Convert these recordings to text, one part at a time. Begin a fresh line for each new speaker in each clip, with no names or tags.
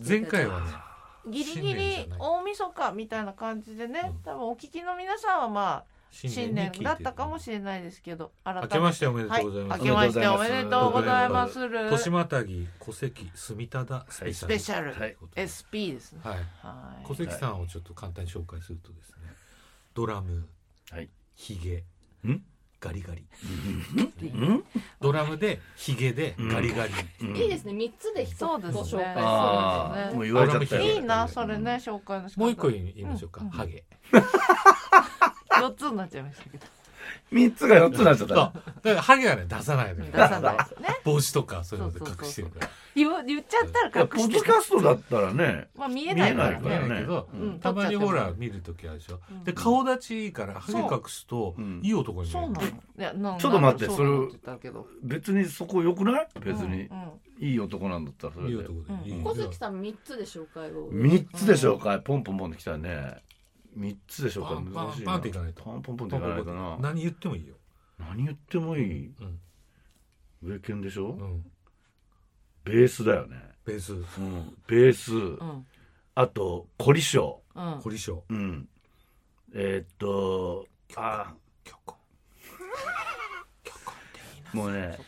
前回はね
ギリギリ大晦日みたいな感じでね、多分お聞きの皆さんはまあ新年だったかもしれないですけど、改めて
明けましておめでとうございます。
明けましておめでとうございます。
年またぎ戸籍住忠スペシャル、
はい、SP ですね。
はい。戸籍さんをちょっと簡単に紹介するとですね、ドラム、ヒゲ、ガリガリ、ドラムでヒゲでガリガリ、
いいですね。3つで一つご紹介するんですね。
もう言われちゃったよ。
いいなそれね、紹介の仕方。
もう一個言いましょうか。ハゲ。
4つになっちゃいましたけど。
3つが4つになっちゃった。
だからハゲはね出さないのよ。
出さないですね。
帽子とかそういうので隠してるから。
言っちゃったら隠してる。
ポッドキャストだったらね、
まあ見えないから
見えないけど、たまにほら見るときあるでしょ。で顔立ちいいからハゲ隠すといい男に見える。
そうなの。
ちょっと待って、それ別にそこ良くない？別にいい男なんだったらそれで。いい男
で。小関さん3つで紹介を。
3つで紹介、ポンポンポンできたね。3つで紹介
難しいな。パンっていかないと。
パンポンポンっていかないとな。
何言ってもいいよ。
何言ってもいい。上剣でしょ。ベースだよね。
ベース。
ベース。あと凝り性。
凝り性。
虚婚。もうね、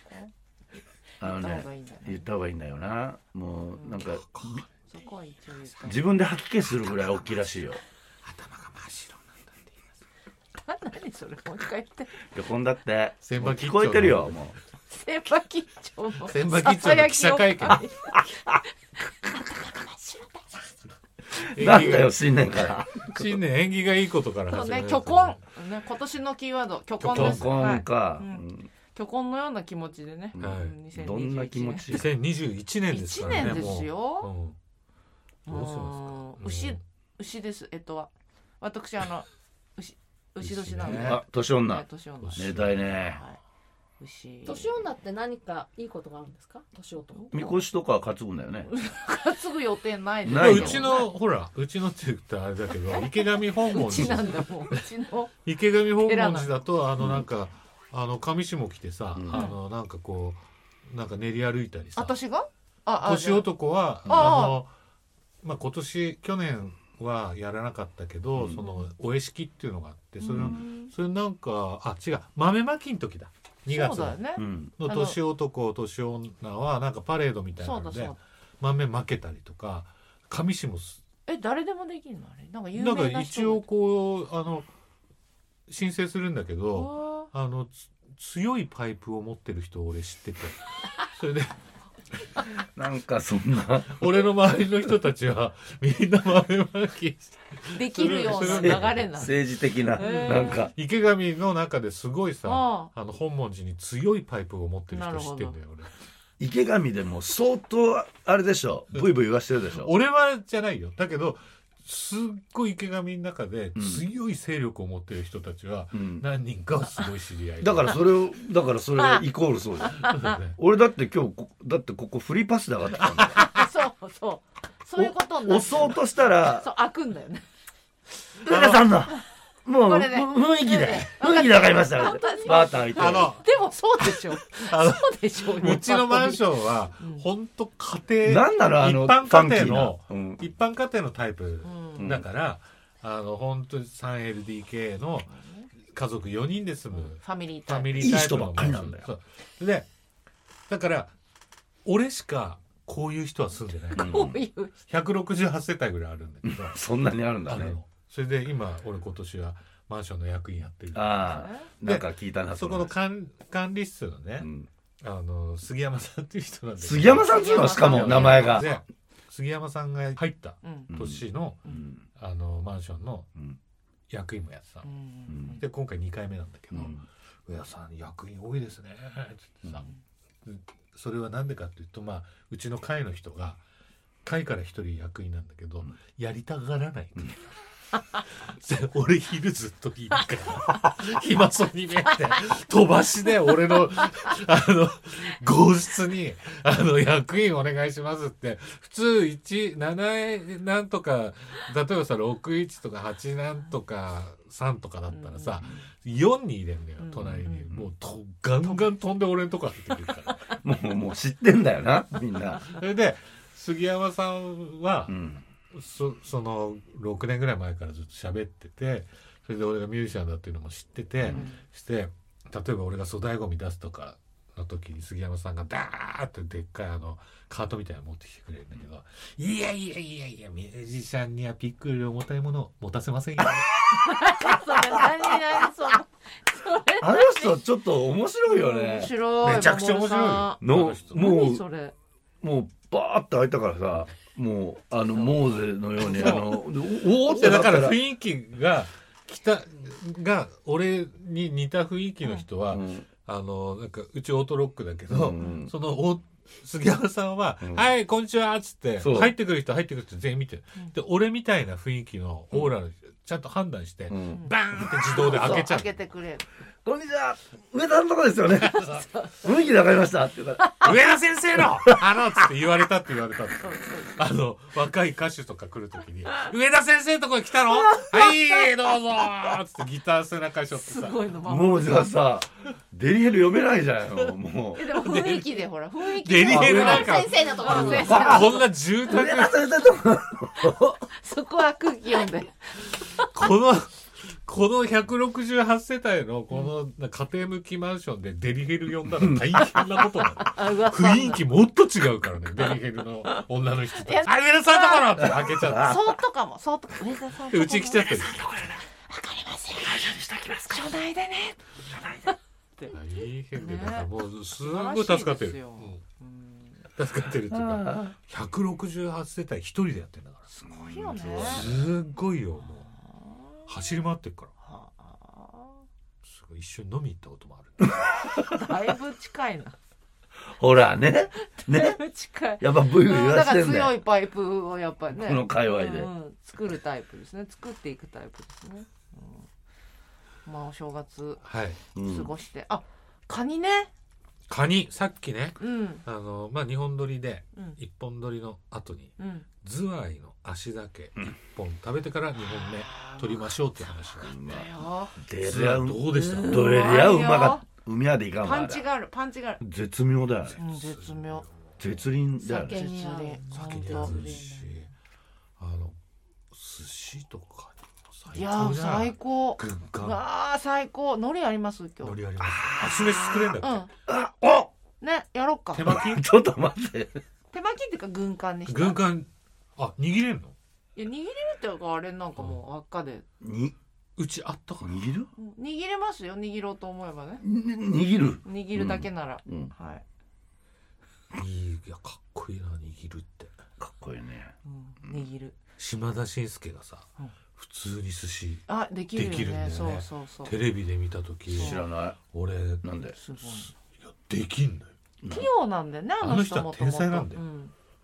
言った方がいいんだよな。もうなんか自分で吐き気するぐらい大きいらしいよ。
頭が真っ白なんだって言います。
何それ、もう一回言って。
虚婚だって。
聞
こえてるよもう。
千葉吉兆の
千葉吉兆の記者会見。
なんだよ新年から。
新年縁起がいいことから始める。
虚婚ね、今年のキーワード虚婚です。
虚婚か。
虚婚のような気持ちでね。
どんな気持ち
？2021年ですからね。
1年ですよ。
どうしますか？
牛です。は私牛年なんで。
年女。めでたいね。
年女って何かいいことがあるんですか？年男。
みこしとか担ぐんだよね。
担ぐ予定ない。
うちのほら、うちのって言ったらあれだけど、池上本門寺。池上本門寺だとなんか上下着てさ、なんかこうなんか練り歩いたりさ。
私が？
年男はまあ去年はやらなかったけど、そのお絵式っていうのがあって、それなんか違う、豆まきの時だ。2月の年男年女はなんかパレードみたいなので豆まけたりとか、上下
誰でもできるのあれ？なんか有名
な
な人。
なんか一応こう申請するんだけど、強いパイプを持ってる人を俺知ってて、それで
なんかそんな
俺の周りの人たちはみんな豆まき
できるような流れな
政治的ななんか
池上の中ですごいさ本門寺に強いパイプを持ってる人知ってんだよ俺。
池上でも相当あれでしょ、ブイブイ言わしてるでしょ。
俺はじゃないよ。だけどすっごい池上の中で強い勢力を持ってる人たちは何人かはすごい知り合い、
だからそれイコールそうじゃん。俺だって今日ここフリーパスで上がってきたんだよ。
そういうことになる。
押そうとしたら
開くんだよね。
皆さんのもう雰囲気で分かりました。バーター見て。
でもそうでしょ。そうでしょ。
うちのマンションは本当家庭、
なんなの
一般家庭のタイプだから、本当に 3LDK の家族4人で住む
ファミリータイプ。
いい人ばっかりなんだよ。
でだから俺しかこういう人は住んでない。168世帯ぐらいあるんだけど。
そんなにあるんだね。
それで今年はマンションの役員やってる。
なんか聞いたな。
そこの管理室のね、杉山さんっていう人なんで。
杉山さんっていうのしかも名前が。
杉山さんが入った年のマンションの役員もやってた。で今回2回目なんだけど、上田さん役員多いですねってさ。それはなんでかっていうと、うちの会の人が会から一人役員なんだけど、やりたがらない。俺昼ずっといるから暇そうに見えて飛ばしで俺の号室に役員お願いしますって普通7なんとか例えばさ61とか8なんとか3とかだったらさ、4に入れんだよ隣に、もうガンガン飛んで俺のとこ入ってくるから
もう知ってんだよなみんな。
それで杉山さんは、その6年ぐらい前からずっと喋ってて、それで俺がミュージシャンだっていうのも知ってて、して例えば俺が粗大ゴミ出すとかの時に杉山さんがダーッとでっかいカートみたいなの持ってきてくれるんだけど、いやミュージシャンにはピックルで重たいものを持たせませんよ。
それ何それ
あの人ちょっと面白いよね。
面白い。
めちゃくちゃ面白い
の。もうバーって開いたからさ、もうモーゼのようにおーって
だから雰囲気が俺に似た雰囲気の人は、なんかうちオートロックだけど、その杉山さんは、はいこんにちはっつって入ってくる人全員見てる。で俺みたいな雰囲気のオーラのちゃんと判断して、バーンって自動で開けちゃう。
開けてくれる。
こんにちは、上田のとこですよね。雰囲気で分かりましたって言ったら、
上田先生のつって言われたって若い歌手とか来るときに上田先生のとこに来たのはいどうぞーっつってギター背中しょってさ、
もうじゃあさデリヘル読めないじゃんよ。もう
でも雰囲気でほら雰囲気
デリヘルなんか
先生のところで
こんな住宅
そこは空気読んで
この168世帯のこの家庭向きマンションでデリヘル呼んだら大変なことなの。雰囲気もっと違うからね、デリヘルの女の人と。上田さんところって開けちゃった。
そうとかも上田さんとこ
うち来ちゃってる。
わかりますよ。初代でね。
大変で、だからもうすごい助かってる。助かってるっていうか、168世帯一人でやってるんだから。
すごいよね。
すごいよ、もう。走り回ってるから。すごい一緒に飲み行ったこともある。
だいぶ近いな。
ほらね。
だいぶ近い。
やっぱブイブイ言わしてんだよ。
だから強いパイプをやっぱりね。
この界隈で。
作るタイプですね。作っていくタイプですね。まあお正月過ごして、カニね。
カニさっきね、2本撮りで1本撮りの後にズワイの足だけ1本食べてから2本目取りましょうっていう話がどうでした？
どれでやうまか海はでいかんわ。
パンチがある
絶妙だよね。
絶妙
絶倫だよね。
酒に合うし、
寿司とか
いや最高。
軍艦。
最高。海苔あります今日。
海苔あります。酢飯作れんだっ
け。ね、やろっか。
手巻き？
ちょっと待って。
手巻きっていうか軍艦にした。
軍艦。握れんの？
いや握れるっていうかあれなんかもう赤で。
うちあったかな。
握る？
握れますよ。握ろうと思えばね。
握
るだけなら。はい。
いやかっこいいな握るって。
かっこいいね。
握る。
島田紳介がさ。普通に寿司
できるんだよね。
そうテレビで見た時
知らない。
俺
なんで？
すごい。
いやできんだよ。
器用なんだよねあの人も。
天才なんだよ。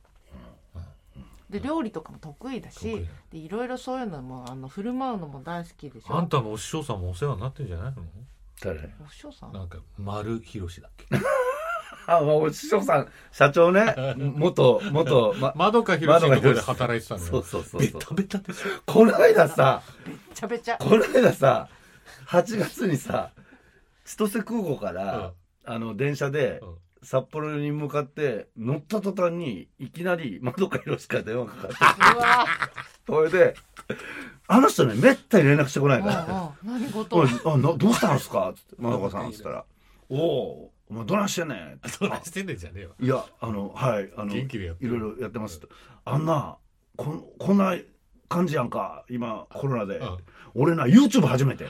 で料理とかも得意だし、でいろいろそういうのも振る舞うのも大好きでしょ。
あんたのお師匠さんもお世話になってるんじゃないの？
誰？
お師匠さん？
なんか丸博だっけ？
お師匠さん社長ね。元
まどかひろしのところで働いてたのよ。
そう
ベタベタでしょ。
この間さ
べちゃ
この間さ8月にさ千歳空港から電車で札幌に向かって乗った途端にいきなりまどかひろしから電話かかってそれであの人ねめったに連絡してこないから
何事？
どうしたんですかってまどかさんっつったらお前どないしてんねん。
どないしてんねんじゃねえわ。
いやはい
元気でやって
いろいろやってますって。こんな感じやんか今コロナで。俺な YouTube 始めて。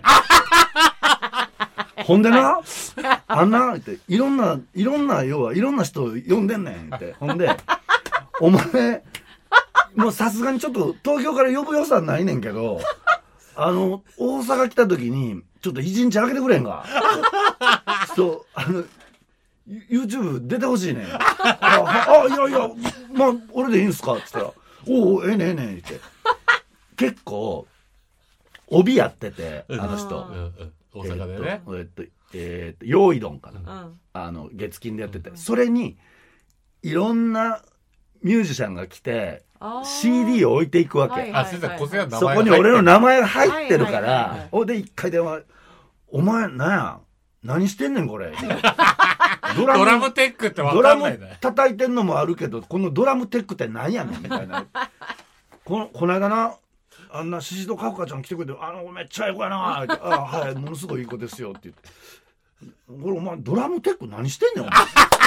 ほんでなっていろんな要はいろんな人を呼んでんねんって。ほんでお前もうさすがにちょっと東京から呼ぶ予算ないねんけど大阪来た時にちょっと一日空けてくれんか。YouTube 出てほしいねん。いやまあ俺でいいんすかって言ったらおええねんって。結構帯やっててあの人
大阪でね
用意どんかな月金でやってて、それにいろんなミュージシャンが来て CD を置いていくわけ。そこに俺の名前が入ってるからほんで一回電話お前何してんねんこれ
ドラムテックって分かんないね。
ドラム叩いてんのもあるけど、このドラムテックって何やねんみたいな。この間な、あんなシシドカフカちゃん来てくれて、めっちゃええ子やなって、はい、ものすごいいい子ですよって言って、これお前ドラムテック何してんねんお前。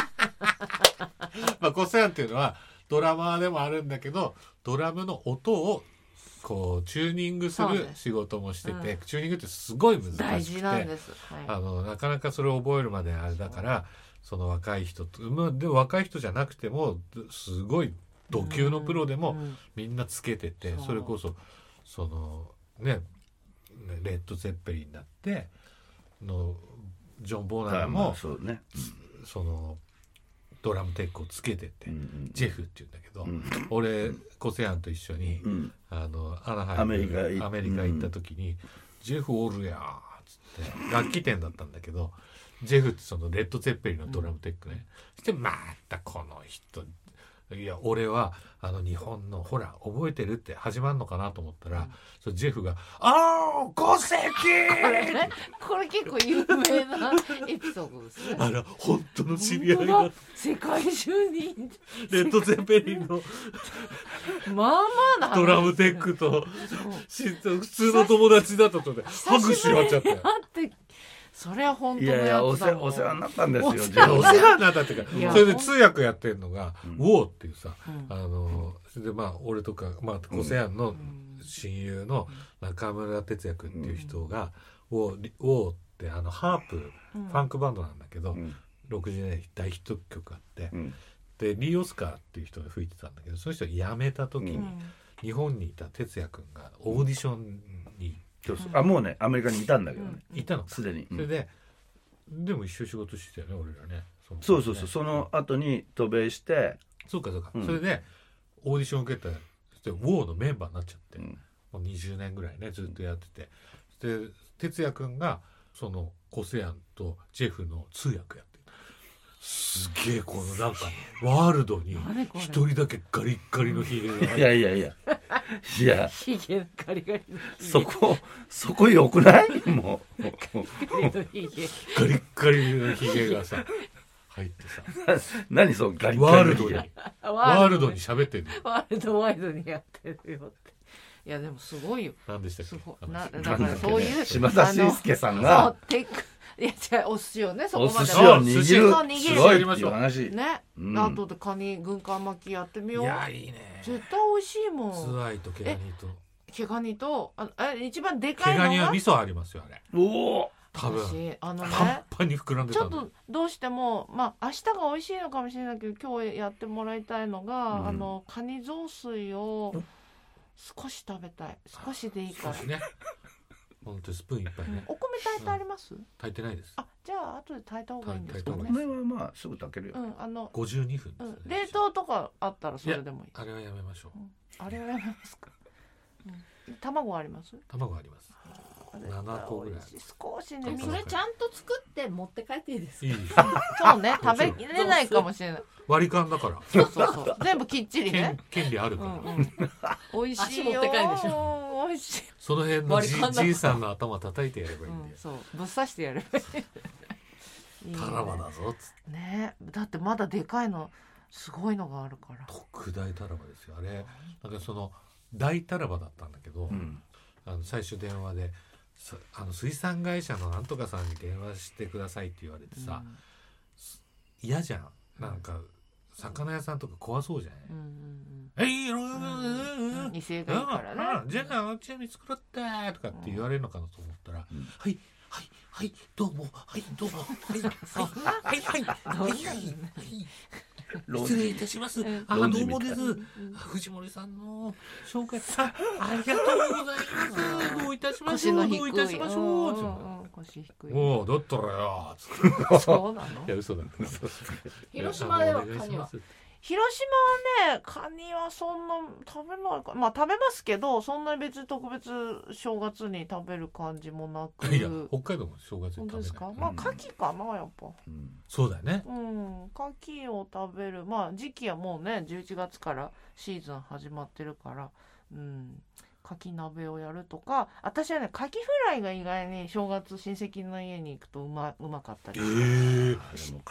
まあコセアンっていうのはドラマーでもあるんだけど、ドラムの音をこうチューニングする仕事もしてて、チューニングってすごい難しくて
大事なんです、
なかなかそれを覚えるまであれだから、その若い人と、でも若い人じゃなくてもすごい度級のプロでもみんなつけてて、それこそそのねレッド・ゼッペリンだってのジョン・ボーナーもそのドラムテックをつけてて、ジェフって言うんだけど、俺コセアンと一緒にアナハイムアメリカ行った時に、ジェフおるやーっつって楽器店だったんだけど、ジェフってそのレッド・ゼッペリンのドラムテックね、してまたこの人、いや俺は日本のほら覚えてるって始まるのかなと思ったら、そジェフが五石
これ結構有名なエピソードですね。
本当の知り合いが
世界中に
レッド・ゼッペリンの
まあまあな
ドラムテックと普通の友達だったとでハグし合っちゃったよ。
それは本当のやつだもん。
お世話になったんですよ。お
世話になったっていうか、それで通訳やってるのがウォーっていうさ、それでまあ俺とかコセアンの親友の中村哲也君っていう人がウォーってハープファンクバンドなんだけど、60年大ヒット曲があって、でリー・オスカーっていう人が吹いてたんだけど、その人が辞めた時に日本にいた哲也君がオーディションに
もうねアメリカにいたんだけどね、
いたの
すでに。
それででも一緒仕事してたよね俺らね。
そうその後に渡米して、
そうか、それでオーディション受けたらウォーのメンバーになっちゃって、もう20年ぐらいねずっとやってて、で哲也君がそのコセアンとジェフの通訳やってる。すげえこのなんかワールドに一人だけガリッガリのヒゲが
いや
ヒゲガリガリの
そこよくない？もう
ガリッガリのヒゲがさ入ってさ
何そうガリッガリのヒゲ
ワールドに喋ってんの。
ワールドワイドにやってるよって。いやでもすごいよ。
何でしたっけ？
だからそういう
島田紳介さんが
いや違うお寿司をねそこまで
お寿司を握るすごいっていう話
ね。あとでカニ軍艦巻きやってみよう。
いやいいね。
絶対美味しいもん。
ズワイと毛ガニと
一番でかいのが
毛ガニは味噌ありますよあれ。
おお。
多分
ね
パンパンに膨らんでたんだ。
ちょっとどうしても明日が美味しいのかもしれないけど今日やってもらいたいのが、カニ雑炊を少し食べたい。少しでいいから。
少しね。本当にスプーンいっぱいね。
お米炊いてあります？
炊いてないです。
じゃあ後で炊いた方がいいんですかね。
米はまあすぐ炊けるよ。
52分です。
冷凍とかあったらそれでもいい。
あれはやめましょう。
あれはやめますか。卵あります？
卵あります。7個ぐらい。
少しね。
それちゃんと作って持って帰っていいですか？
いいです。
そうね、食べきれないかもしれない。
割り勘だから。
そう全部きっちりね。
権利あるから。
美味しいよ。美味しい。
その辺のじいさんの頭叩いてやればいいんだよ。
そうぶっ刺してやればいい。
タラバだぞっつって。
ね、だってまだでかいのすごいのがあるから。
特大タラバですよあれ。なんかその大タラバだったんだけど、最初電話で。水産会社のなんとかさんに電話してくださいって言われてさ、嫌じゃん。なんか魚屋さんとか怖そうじゃない。
威勢がいいからね。
じゃあうちに作ろってとかって言われるのかなと思ったら、はいどうもはい失礼いたします。どうもです。藤森さんの紹介ありがとうございます。どういたしましょう。どういたしましょう。
腰低い。
もうだったらよ。
そうなの？
いや嘘だ。
広島ではカニは。
広島はねカニはそんな食べないか。食べますけどそんなに別に特別正月に食べる感じもなく。
いや北海道も正月に食べない。
本当ですか？牡蠣かなやっぱ。
そうだよね。
牡蠣を食べる時期はもうね11月からシーズン始まってるから、牡牡蠣鍋をやるとか、私はね牡蠣フライが意外に正月親戚の家に行くとうまかったりして、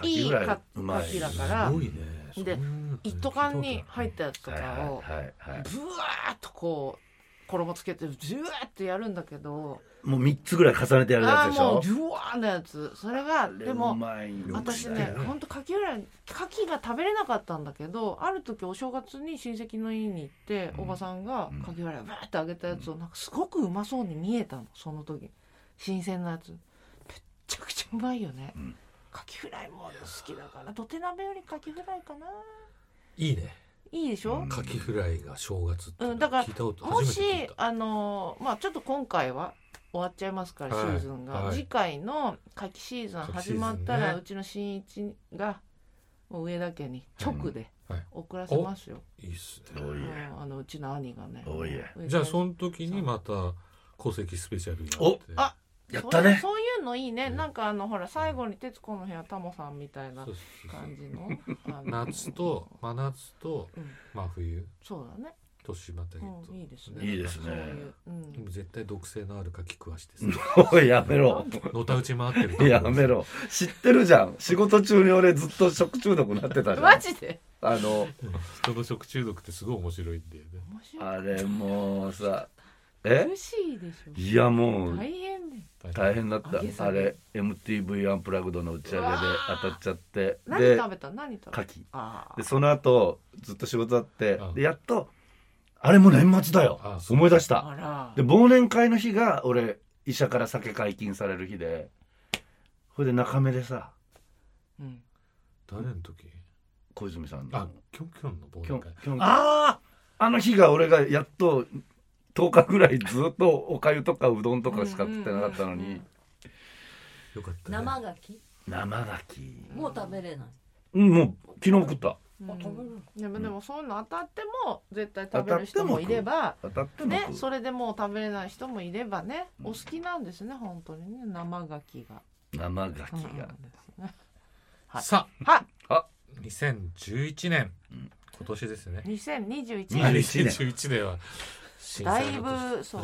いい牡蠣だから、で一斗缶に入ったやつとかをブワーッとこう衣つけてジュワーってやるんだけど、
もう3つぐらい重ねてやるやつでしょ。
もうジュワーのやつ、それがでも私ねほんと牡蠣が食べれなかったんだけど、ある時お正月に親戚の家に行って、おばさんが牡蠣フライをバーって揚げたやつをなんかすごくうまそうに見えたの、その時新鮮なやつめっちゃくちゃうまいよね、牡蠣フライも好きだから、土手鍋より牡蠣フライかな。
いいね、
いいでしょ、
牡蠣フライが正月って
だから
聞いたこと
もし
初めて聞いた。
まあちょっと今回は終わっちゃいますから、シーズンが、次回の牡蠣シーズン始まったら、うちの新一がもう上田家に直で送らせますよ。
いいっすね。
うちの兄がね。
じゃあその時にまた戸籍スペシャルやって。
あ、
やったね。
そういうのいいね。なんかほら最後に徹子の部屋タモさんみたいな感じの
夏と真夏と真冬。
そうだね。
年またぎと
いいですね。
いいですね。
絶対毒性のある牡蠣食わして
おいやめろ。
のたうち回ってる。
やめろ。知ってるじゃん。仕事中に俺ずっと食中毒になってたじゃん。
マジで？
人の食中毒ってすごい面白いんだよね。
あれもうさ、
苦しいでしょ。
いやもう
大
変だった。あれ MTV アンプラグドの打ち上げで当たっちゃって、
何食べた？何食べた？
牡蠣。でその後ずっと仕事あって、でやっとあれも年末だよ。思い出した。で忘年会の日が俺医者から酒解禁される日で、それで中目でさ、
誰の時？
小泉さんの。
あ、キョンキョンの忘年会。
あの日が俺がやっと10日ぐらいずっとおかゆとかうどんとかしか食ってなかったのに。
よかったね。
生牡蠣？
生牡蠣。
もう食べれない。
もう昨日食った。
でもそういうの当たっても絶対食べる人もいればね、それでもう食べれない人もいればね、お好きなんですね本当にね、生牡蠣が。
生牡蠣が。
さあ、2011年今年ですね。
2021
年。2021年は
だいぶそう。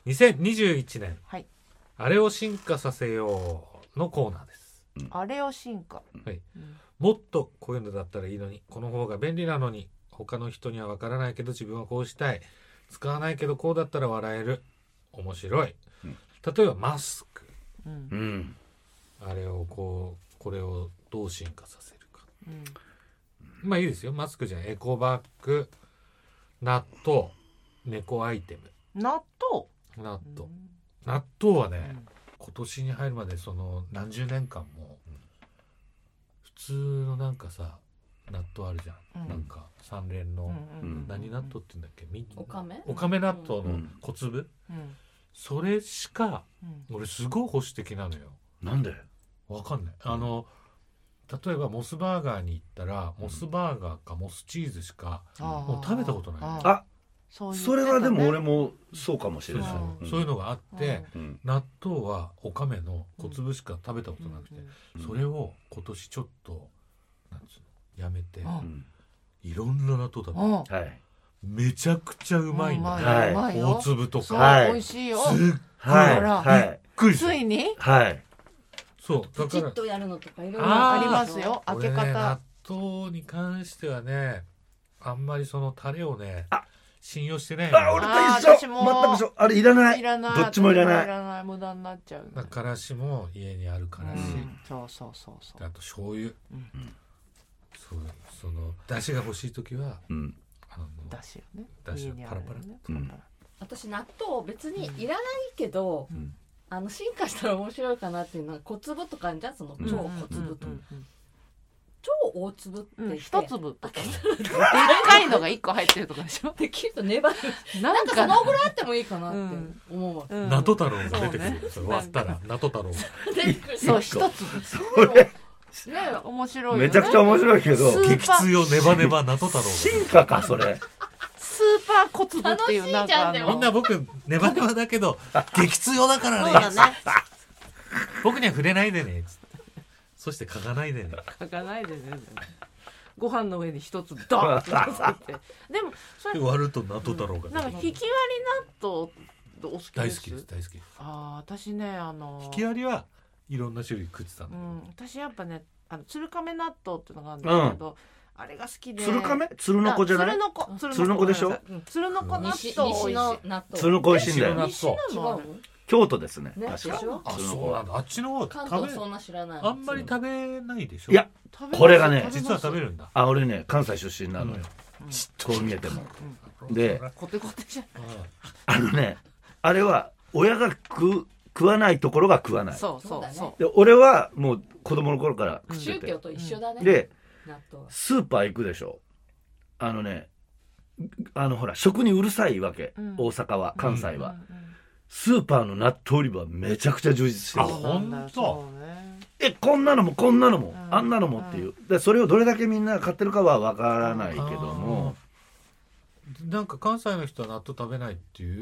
2021年。
はい。
あれを進化させようのコーナーです。
あれを進化。
はい。もっとこういうのだったらいいのに、この方が便利なのに、他の人にはわからないけど自分はこうしたい、使わないけどこうだったら笑える、面白い、例えばマスク、あれをこれをどう進化させるか、まあいいですよ。マスクじゃない、エコバッグ、納豆、猫アイテム。納豆はね、今年に入るまでその何十年間も普通のなんかさ納豆あるじゃん、なんか三連の、何納豆って言うんだっけ、
おかめ
納豆の小粒、それしか、俺すごい保守的なのよ。
なんで？
わかんない。例えばモスバーガーに行ったら、モスバーガーかモスチーズしかもう食べたことない。
あ、それはでも俺もそうかもしれない。
そういうのがあって、納豆はおかめの小粒しか食べたことなくて、それを今年ちょっとなんつうのやめて、いろんな納豆食べて、めちゃくちゃうまいんだね。大粒とか
美味しいよ。
すっごいびっくりした。
ついに
そうだから
プチッとやるのとかいろいろ
ありますよ。開け方。
納豆に関してはね、あんまりそのタレをね信用してない。
俺と一緒。全く一緒。あれいらない。どっちもいらない。
無駄になっちゃう。
からしも家にあるからし。
そう。
あと醤油。その出汁が欲しい時は、
出汁よね。
出汁パラパラ。
私納豆別にいらないけど、進化したら面白いかなっていうのは小粒とかじゃん、その超小粒と。超大粒って
一粒とかでっかいのが1個入ってるとかでしょ。
できると粘る。なんかそのぐらいあってもいいかなって思うわ。
納豆太郎が出てくる。割ったら納豆太郎が。
そう一粒。面白い。
めちゃくちゃ面白いけど。
激痛よネバネバ納豆太郎。
進化かそれ。
スーパー小粒っていうなんか
みんな僕ネバネバだけど激痛だからね。僕には触れないでね。そして嗅がないでね。
嗅がないでね。 ご飯の上に一つドンって乗せてでもそれ
割ると納豆太郎が
なんかひき割り納豆お好きです？
大好きです大好きです。
私ね
ひき割りはいろんな種類食ってたんだけど、
私やっぱね鶴亀納豆っていうのがあるんですけど、あれが好きで。
鶴亀？鶴の子じゃない？鶴の子でしょ？
鶴の子納豆
西の納豆。
鶴の子美味しいんだよ。
西なの？
京都ですね。
ね
確か。
あ、そうなんだ。あっちの方
関東そんな知らない。
あんまり食べないでしょ？
いや、これがね、
実は食べるんだ。
俺ね、関西出身なのよ。こう見えても。で、
コテコテじゃ
ない。あれは親が食わないところが食わない。
そう
で、俺はもう子供の頃から食ってて。
宗教と一緒だね。
で、スーパー行くでしょ。ほら、食にうるさいわけ。大阪は、関西は。スーパーの納豆売り場はめちゃくちゃ充実してる。
ほんと？
こんなのもこんなのも、あんなのもっていう。で、それをどれだけみんな買ってるかはわからないけども。
なんか関西の人は納豆食べないっていう、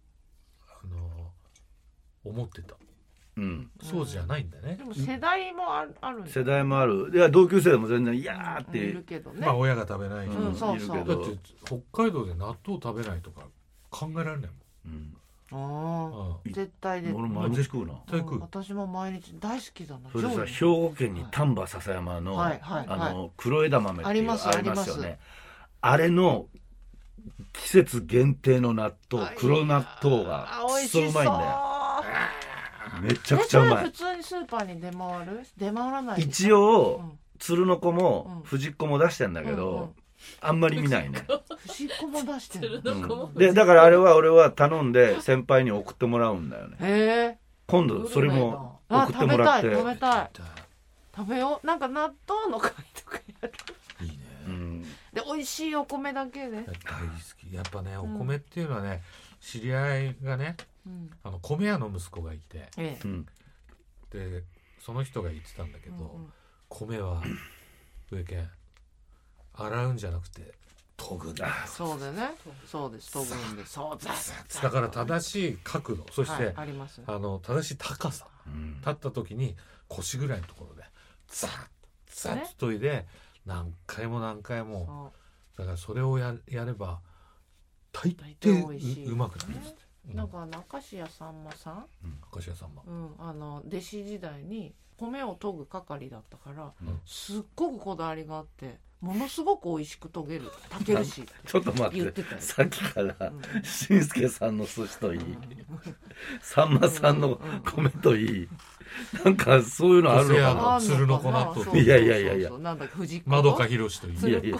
思ってた。そうじゃないんだね。
でも世代もあるんだ。
世代もある。いや、同級生でも全然いやーってい
るけどね。
まあ親が食べない人も
い
るけど、だって北海道で納豆食べないとか考えられないもん。
絶対で。
俺毎日食うな。
私も毎日大好きだな。
それでさ、兵庫県に丹波篠山の黒枝豆っていうありますよね。あれの季節限定の納豆、黒納豆がくそうまいんだよ。めちゃくちゃうまい。
普通にスーパーに出回らない。
一応鶴の子も藤子も出してんだけど、あんまり見ないね。
藤子も出してる。
でだからあれは俺は頼んで先輩に送ってもらうんだよね。
へえ。
今度それも送ってもらって。
食べたい。食べよう。なんか納豆の会とかやる。
いいね。
で美味しいお米だけで。
大好き。やっぱね、お米っていうのはね、知り合いがね、米屋の息子がいて、でその人が言ってたんだけど、米は上家洗うんじゃなくて研ぐんだ。
そうだね。そうです。研ぐんで、そうです。
だから正しい角度、そして正しい高さ、立った時に腰ぐらいのところでザッザッと研いで何回も何回も、だからそれをやれば大抵うまくなるんですって。
なんか明石家さんまさん、
明石家さんま、
弟子時代に米を研ぐ係だったから、すっごくこだわりがあってものすごく美味しく炊けるし
ちょっと待って、さっきからしんすけさんの寿司といい、さんまさんの米といい、なんかそういうのあるのかな。
鶴の子納豆。
いや
なんだっけ、藤子
まどかひろしといい。
いやいや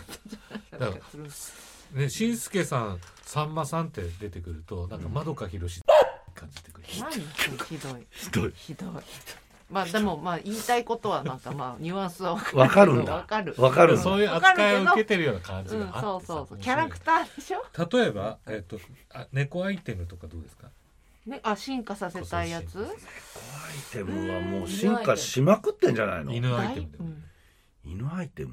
ね、しんすけさん、さんまさんって出てくるとなんかまどかひろし感じてくる。
何ひどい。まあでもまあ言いたいことはなんかまあニュアンスは
わかるんだ。わかる。
そういう扱いを受けてるような感じがあって、
そうキャラクターでしょ。
例えば猫アイテムとかどうですか？
ね、進化させたいやつ。
猫アイテムはもう進化しまくってんじゃないの？
犬アイテムでも。
犬アイテ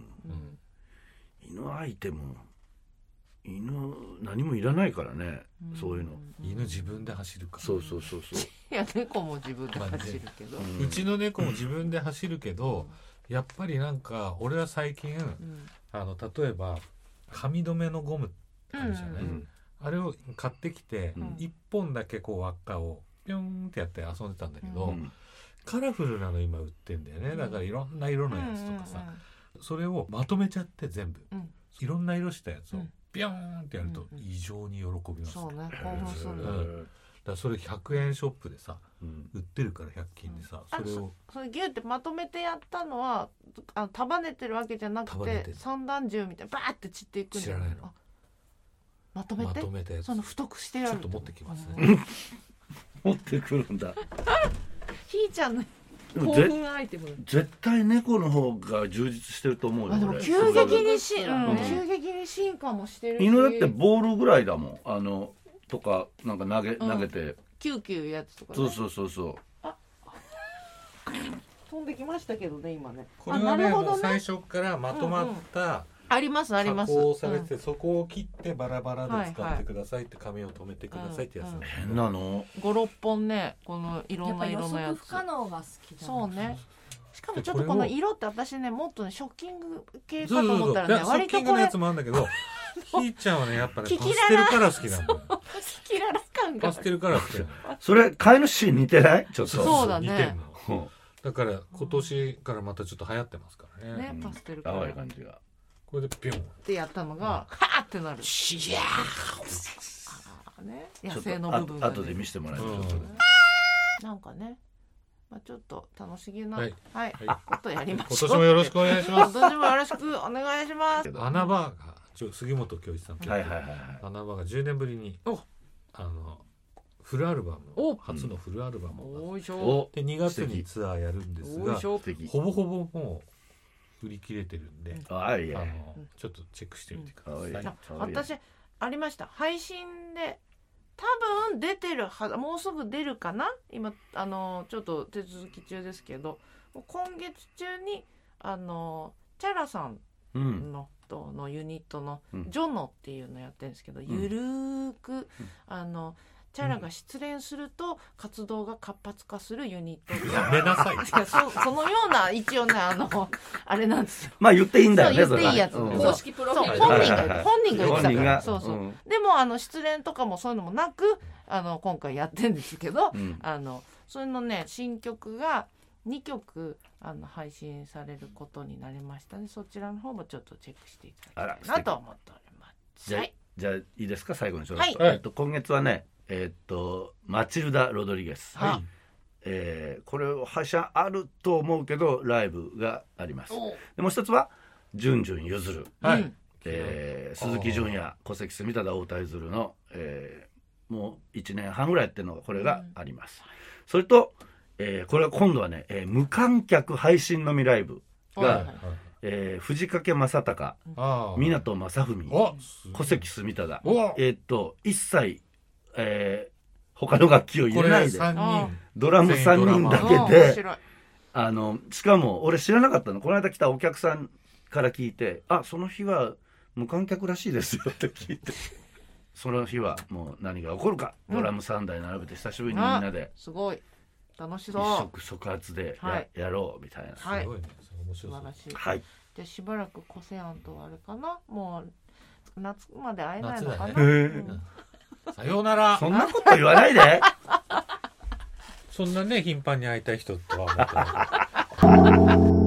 ム。犬何もいらないからね、そういうの。
犬自分で走るから。
そう。
いや、猫も自分で走るけど、
うちの猫も自分で走るけど、やっぱりなんか俺は最近、例えば髪留めのゴムあるじゃない、あれを買ってきて、1本だけこう輪っかをピョンってやって遊んでたんだけど、カラフルなの今売ってんだよね。だからいろんな色のやつとかさ、それをまとめちゃって全部、いろんな色したやつをビョーンってやると異常に喜びます。
そうね、興奮する。
だからそれ100円ショップでさ、売ってるから100均でさ、
それギュってまとめてやったのは束ねてるわけじゃなくて散弾銃みたいなバーって散っていくんじゃないの？知らないの。まとめてその太くしてやる。
ちょっと持ってきますね。
持ってくるんだ。
ひーちゃんの興奮アイテム。
絶対猫の方が充実してると思うよ。
でも急激に進化もしてるし。
犬だってボールぐらいだもん。とかなんか投げて。
キューキューやつとか。
そう。
飛んできましたけどね今ね。
これはね、最初からまとまった
あります
加工されて、そこを切ってバラバラで使ってくださいって、紙を留めてくださいってやつ。
変なの。
5、6本ね、このいろんな色のやつ。
予測不可能が好きだ。
そうね。 しかもちょっとこの色って私ねもっとねショッキング系かと思ったらね割とこれショッキングの
やつもあるんだけどひーちゃんはねやっぱねパステルカラー好きなんだよ
キララ感が
パステルカラー好きなの
それ飼い主に似てないちょっと
そうだね
似てんのだから今年からまたちょっと流行ってますからね
パステルカラー
淡い感じが
これでピョン
ってやったのがはーってなる
シヤ
ーね野生の部分が
後で見せてもらえる
なんかねちょっと楽しげな
はい
ことやりましょう
今年もよろしくお願いします
今年もよろしくお願いします
穴場が杉本恭一さんと
はいはいはい
穴場が10年ぶりにフルアルバム初のフルアルバムをで2月にツアーやるんですがほぼほぼもう売り切れてるんでちょっとチェックしてみてください。
私ありました配信で多分出てるもうすぐ出るかな今ちょっと手続き中ですけど今月中にチャラさんのユニットのジョノっていうのやってるんですけど、ゆるーくチャラが失恋すると活動が活発化するユニット
やめなさい
そのような一応ねあれなんですよ
まあ言っていいんだよね
言っていいやつ
公式プロフィール
本人が言ってたからそうでも失恋とかもそういうのもなく今回やってるんですけどそれのね新曲が2曲配信されることになりましたねそちらの方もちょっとチェックしていただきたいなと思っております
じゃあいいですか最後にちょっ
と
今月はねマチルダ・ロドリゲス、これ配信あると思うけどライブがありますでもう一つはジュンジュンゆずる、鈴木純也小関住忠太田ゆずるの、もう1年半ぐらいやってるのがこれがあります、それと、これは今度はね、無観客配信のみライブが、藤掛正隆湊正文小関住忠一切他の楽器を入れないでドラム3人だけでしかも俺知らなかったのこの間来たお客さんから聞いてその日は無観客らしいですよって聞いてその日はもう何が起こるかドラム3台並べて久しぶりにみんなです
ごい楽しそう
一触即発でやろうみたいな
すごいね素晴らしい
はい
でしばらくコセアンとあれかなもう夏まで会えないのかな
さようなら
そんなこと言わないで
そんなね頻繁に会いたい人とは思ってない